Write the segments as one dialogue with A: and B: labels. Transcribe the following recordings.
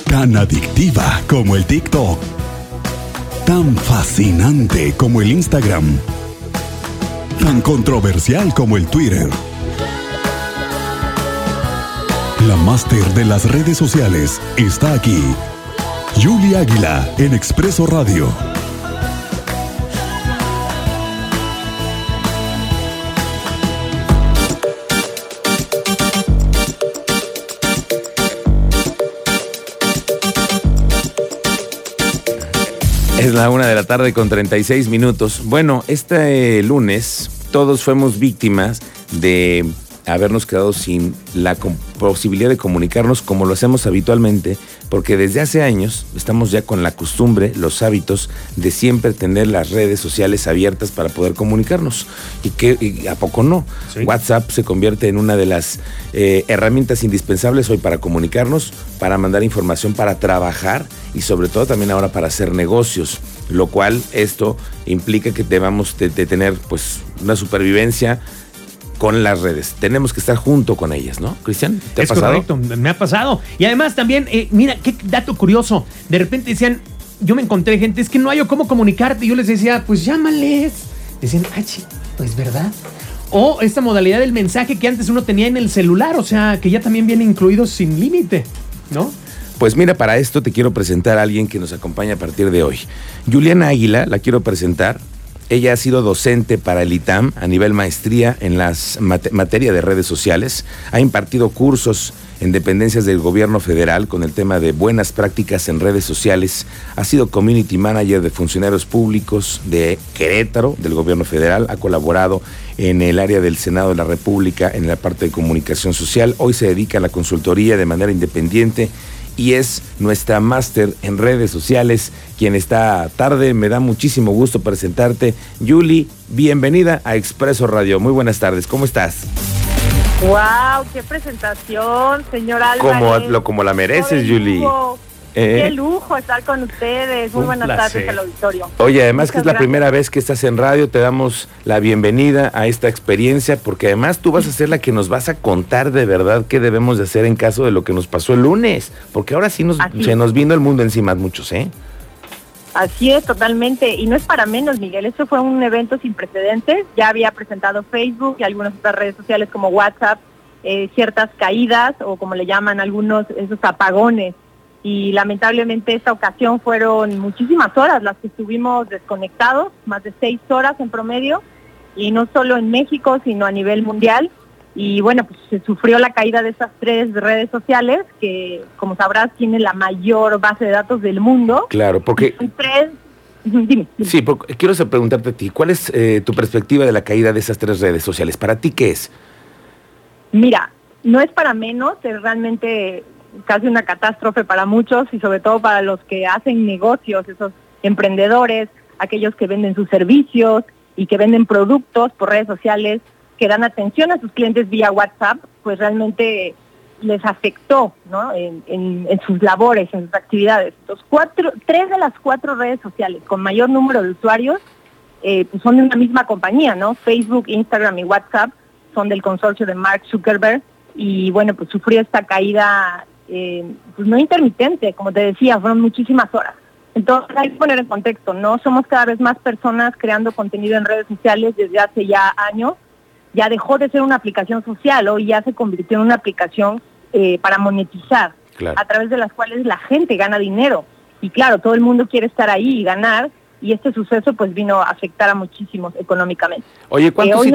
A: Tan adictiva como el TikTok. Tan fascinante como el Instagram. Tan controversial como el Twitter. La máster de las redes sociales está aquí. Yuli Águila en Expreso Radio.
B: Es la 1:36 p.m. Bueno, este lunes todos fuimos víctimas de habernos quedado sin la posibilidad de comunicarnos como lo hacemos habitualmente, porque desde hace años estamos ya con la costumbre, los hábitos de siempre tener las redes sociales abiertas para poder comunicarnos. ¿Y a poco no? ¿Sí? WhatsApp se convierte en una de las herramientas indispensables hoy para comunicarnos, para mandar información, para trabajar y sobre todo también ahora para hacer negocios, lo cual esto implica que debamos de tener pues una supervivencia con las redes. Tenemos que estar junto con ellas, ¿no? Cristian, ¿te ha pasado?
C: Es correcto, me ha pasado. Y además también, mira, qué dato curioso. De repente decían, yo me encontré gente, es que no hay cómo comunicarte. Y yo les decía, pues llámales. Decían, pues verdad. O esta modalidad del mensaje que antes uno tenía en el celular, o sea, que ya también viene incluido sin límite, ¿no?
B: Pues mira, para esto te quiero presentar a alguien que nos acompaña a partir de hoy. Juliana Águila, la quiero presentar. Ella ha sido docente para el ITAM a nivel maestría en las materia de redes sociales. Ha impartido cursos en dependencias del gobierno federal con el tema de buenas prácticas en redes sociales. Ha sido community manager de funcionarios públicos de Querétaro, del gobierno federal. Ha colaborado en el área del Senado de la República en la parte de comunicación social. Hoy se dedica a la consultoría de manera independiente y es nuestra máster en redes sociales, quien está tarde. Me da muchísimo gusto presentarte. Yuli, bienvenida a Expreso Radio. Muy buenas tardes, ¿cómo estás?
D: ¡Wow! ¡Qué presentación, señor Álvarez!
B: Como la mereces, Yuli.
D: ¡Qué lujo estar con ustedes! Muy buenas tardes al auditorio.
B: Oye, además que es la primera vez que estás en radio, te damos la bienvenida a esta experiencia, porque además tú vas a ser la que nos vas a contar de verdad qué debemos de hacer en caso de lo que nos pasó el lunes, porque ahora sí se nos vino el mundo encima a muchos, ¿eh?
D: Así es, totalmente. Y no es para menos, Miguel. Esto fue un evento sin precedentes. Ya había presentado Facebook y algunas otras redes sociales como WhatsApp, ciertas caídas, o como le llaman algunos, esos apagones. Y lamentablemente esta ocasión fueron muchísimas horas las que estuvimos desconectados, más de 6 horas en promedio, y no solo en México, sino a nivel mundial. Y bueno, pues se sufrió la caída de estas 3 redes sociales que, como sabrás, tienen la mayor base de datos del mundo.
B: Claro, porque...
D: Dime.
B: Sí, quiero preguntarte a ti, ¿cuál es tu perspectiva de la caída de esas 3 redes sociales? ¿Para ti qué es?
D: Mira, no es para menos, es realmente casi una catástrofe para muchos y sobre todo para los que hacen negocios, esos emprendedores, aquellos que venden sus servicios y que venden productos por redes sociales, que dan atención a sus clientes vía WhatsApp, pues realmente les afectó, ¿no? en sus labores, en sus actividades. Entonces, 3 de las 4 redes sociales con mayor número de usuarios pues son de una misma compañía, ¿no? Facebook, Instagram y WhatsApp son del consorcio de Mark Zuckerberg y bueno, pues sufrió esta caída pues no intermitente, como te decía, fueron muchísimas horas. Entonces hay que poner en contexto, ¿no? Somos cada vez más personas creando contenido en redes sociales desde hace ya años. Ya dejó de ser una aplicación social, hoy ya se convirtió en una aplicación para monetizar, claro, a través de las cuales la gente gana dinero. Y claro, todo el mundo quiere estar ahí y ganar, y este suceso pues vino a afectar a muchísimos económicamente.
B: Oye,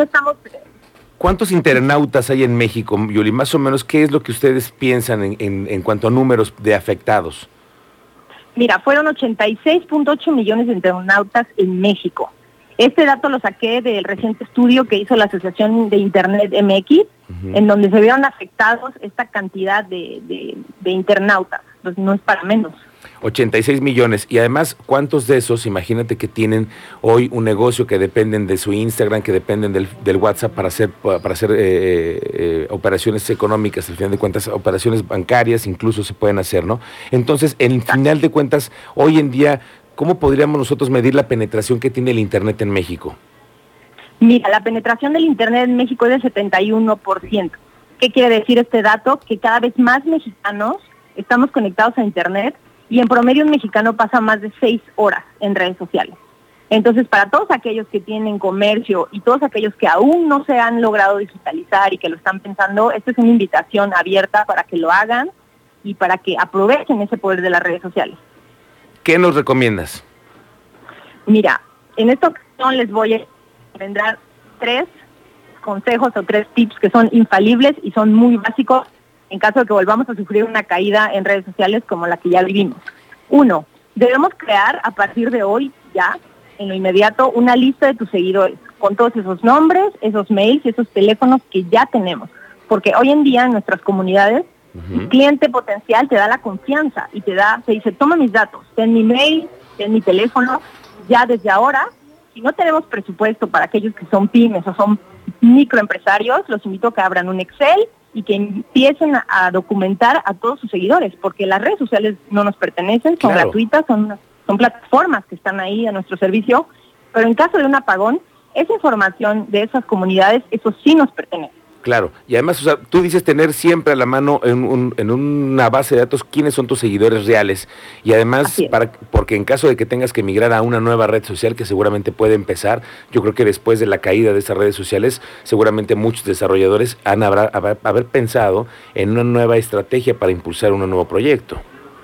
B: ¿cuántos internautas hay en México, Yuli? Más o menos, ¿qué es lo que ustedes piensan en cuanto a números de afectados?
D: Mira, fueron 86.8 millones de internautas en México. Este dato lo saqué del reciente estudio que hizo la Asociación de Internet MX, en donde se vieron afectados esta cantidad de internautas. Pues no es para menos.
B: 86 millones. Y además, ¿cuántos de esos, imagínate que tienen hoy un negocio que dependen de su Instagram, que dependen del WhatsApp para hacer operaciones económicas, al final de cuentas, operaciones bancarias incluso se pueden hacer, ¿no? Entonces, en final de cuentas, hoy en día, ¿cómo podríamos nosotros medir la penetración que tiene el Internet en México?
D: Mira, la penetración del Internet en México es del 71%. ¿Qué quiere decir este dato? Que cada vez más mexicanos estamos conectados a Internet y en promedio un mexicano pasa más de 6 horas en redes sociales. Entonces, para todos aquellos que tienen comercio y todos aquellos que aún no se han logrado digitalizar y que lo están pensando, esta es una invitación abierta para que lo hagan y para que aprovechen ese poder de las redes sociales.
B: ¿Qué nos recomiendas?
D: Mira, en esta ocasión les voy a brindar 3 consejos o 3 tips que son infalibles y son muy básicos en caso de que volvamos a sufrir una caída en redes sociales como la que ya vivimos. 1, debemos crear a partir de hoy ya, en lo inmediato, una lista de tus seguidores con todos esos nombres, esos mails y esos teléfonos que ya tenemos. Porque hoy en día en nuestras comunidades, el cliente potencial te da la confianza y te dice, toma mis datos, ten mi mail, ten mi teléfono. Ya desde ahora, si no tenemos presupuesto para aquellos que son pymes o son microempresarios, los invito a que abran un Excel y que empiecen a documentar a todos sus seguidores, porque las redes sociales no nos pertenecen, son gratuitas, son plataformas que están ahí a nuestro servicio, pero en caso de un apagón, esa información de esas comunidades, eso sí nos pertenece.
B: Claro, y además, o sea, tú dices tener siempre a la mano en una base de datos quiénes son tus seguidores reales, y además, porque en caso de que tengas que migrar a una nueva red social que seguramente puede empezar, yo creo que después de la caída de esas redes sociales, seguramente muchos desarrolladores haber pensado en una nueva estrategia para impulsar un nuevo proyecto,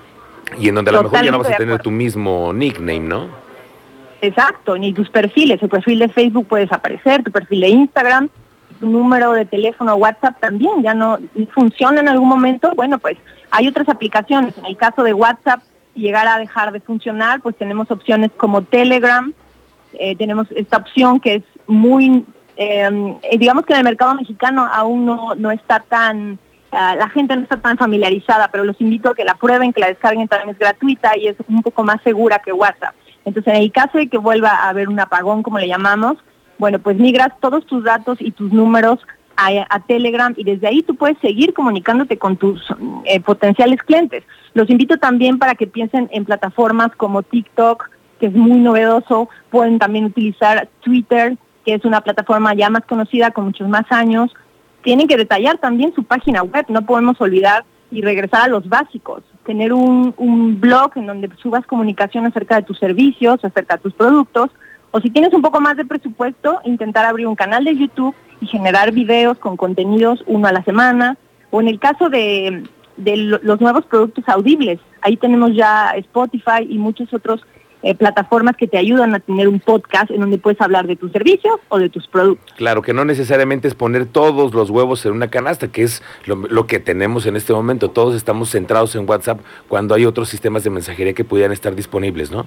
B: y en donde a lo mejor ya no vas a tener tu mismo nickname, ¿no?
D: Exacto, ni tus perfiles, el perfil de Facebook puede desaparecer, tu perfil de Instagram, tu número de teléfono, WhatsApp también ya no funciona en algún momento. Bueno, pues hay otras aplicaciones. En el caso de WhatsApp, si llegara a dejar de funcionar, pues tenemos opciones como Telegram, tenemos esta opción que es muy, digamos que en el mercado mexicano aún no está tan, la gente no está tan familiarizada, pero los invito a que la prueben, que la descarguen, también es gratuita y es un poco más segura que WhatsApp. Entonces, en el caso de que vuelva a haber un apagón, como le llamamos, bueno, pues migras todos tus datos y tus números a Telegram y desde ahí tú puedes seguir comunicándote con tus potenciales clientes. Los invito también para que piensen en plataformas como TikTok, que es muy novedoso. Pueden también utilizar Twitter, que es una plataforma ya más conocida con muchos más años. Tienen que detallar también su página web, no podemos olvidar y regresar a los básicos. Tener un blog en donde subas comunicación acerca de tus servicios, acerca de tus productos. O si tienes un poco más de presupuesto, intentar abrir un canal de YouTube y generar videos con contenidos 1 a la semana. O en el caso de los nuevos productos audibles, ahí tenemos ya Spotify y muchas otras plataformas que te ayudan a tener un podcast en donde puedes hablar de tus servicios o de tus productos.
B: Claro, que no necesariamente es poner todos los huevos en una canasta, que es lo que tenemos en este momento. Todos estamos centrados en WhatsApp cuando hay otros sistemas de mensajería que pudieran estar disponibles, ¿no?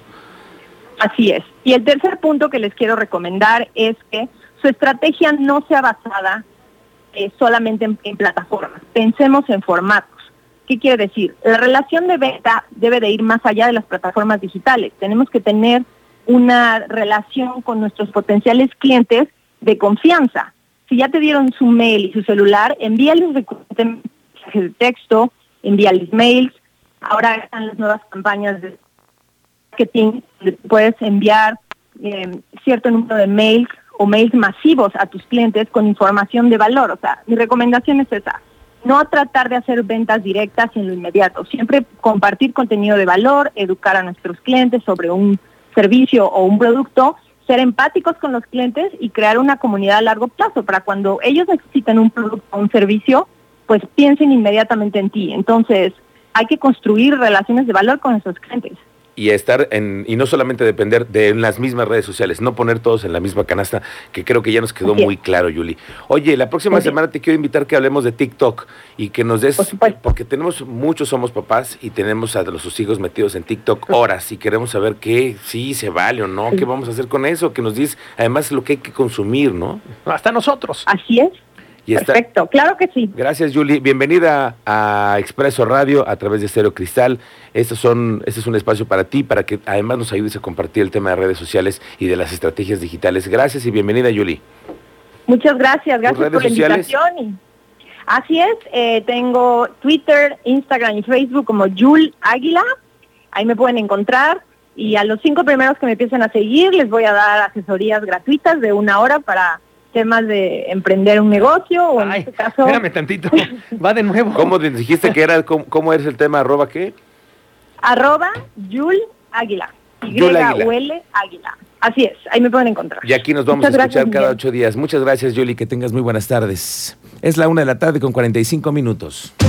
D: Así es. Y el tercer punto que les quiero recomendar es que su estrategia no sea basada solamente en plataformas. Pensemos en formatos. ¿Qué quiere decir? La relación de venta debe de ir más allá de las plataformas digitales. Tenemos que tener una relación con nuestros potenciales clientes de confianza. Si ya te dieron su mail y su celular, envíales mensajes de texto, envíales mails. Ahora están las nuevas campañas de marketing, puedes enviar cierto número de mails o mails masivos a tus clientes con información de valor. O sea, mi recomendación es esa, no tratar de hacer ventas directas en lo inmediato, siempre compartir contenido de valor, educar a nuestros clientes sobre un servicio o un producto, ser empáticos con los clientes y crear una comunidad a largo plazo para cuando ellos necesiten un producto o un servicio, pues piensen inmediatamente en ti. Entonces, hay que construir relaciones de valor con nuestros clientes.
B: Y y no solamente depender de las mismas redes sociales, no poner todos en la misma canasta, que creo que ya nos quedó muy claro, Yuli. Oye, la próxima semana te quiero invitar que hablemos de TikTok y que nos des, porque muchos somos papás y tenemos a sus hijos metidos en TikTok horas y queremos saber qué, si se vale o no, qué vamos a hacer con eso, que nos dices además lo que hay que consumir, ¿no?
C: Hasta nosotros.
D: Así es. Perfecto, claro que sí.
B: Gracias, Yuli. Bienvenida a Expreso Radio a través de Stereo Cristal. Este es un espacio para ti, para que además nos ayudes a compartir el tema de redes sociales y de las estrategias digitales. Gracias y bienvenida, Yuli.
D: Muchas gracias por la invitación. Así es, tengo Twitter, Instagram y Facebook como Yul Águila. Ahí me pueden encontrar. Y a los 5 primeros que me empiecen a seguir les voy a dar asesorías gratuitas de 1 hora para temas de emprender un negocio o en
C: Ay,
D: este caso...
C: espérame tantito. Va de nuevo.
B: ¿Cómo dijiste que era? ¿Cómo es el tema? ¿Arroba qué?
D: Yul Águila.
B: Yul Águila.
D: Y-U-L Águila. Así es, ahí me pueden encontrar.
B: Y aquí nos vamos
D: Muchas
B: a escuchar
D: gracias,
B: cada
D: Miguel.
B: 8 días. Muchas gracias, Yuli, que tengas muy buenas tardes. Es la 1:45 p.m.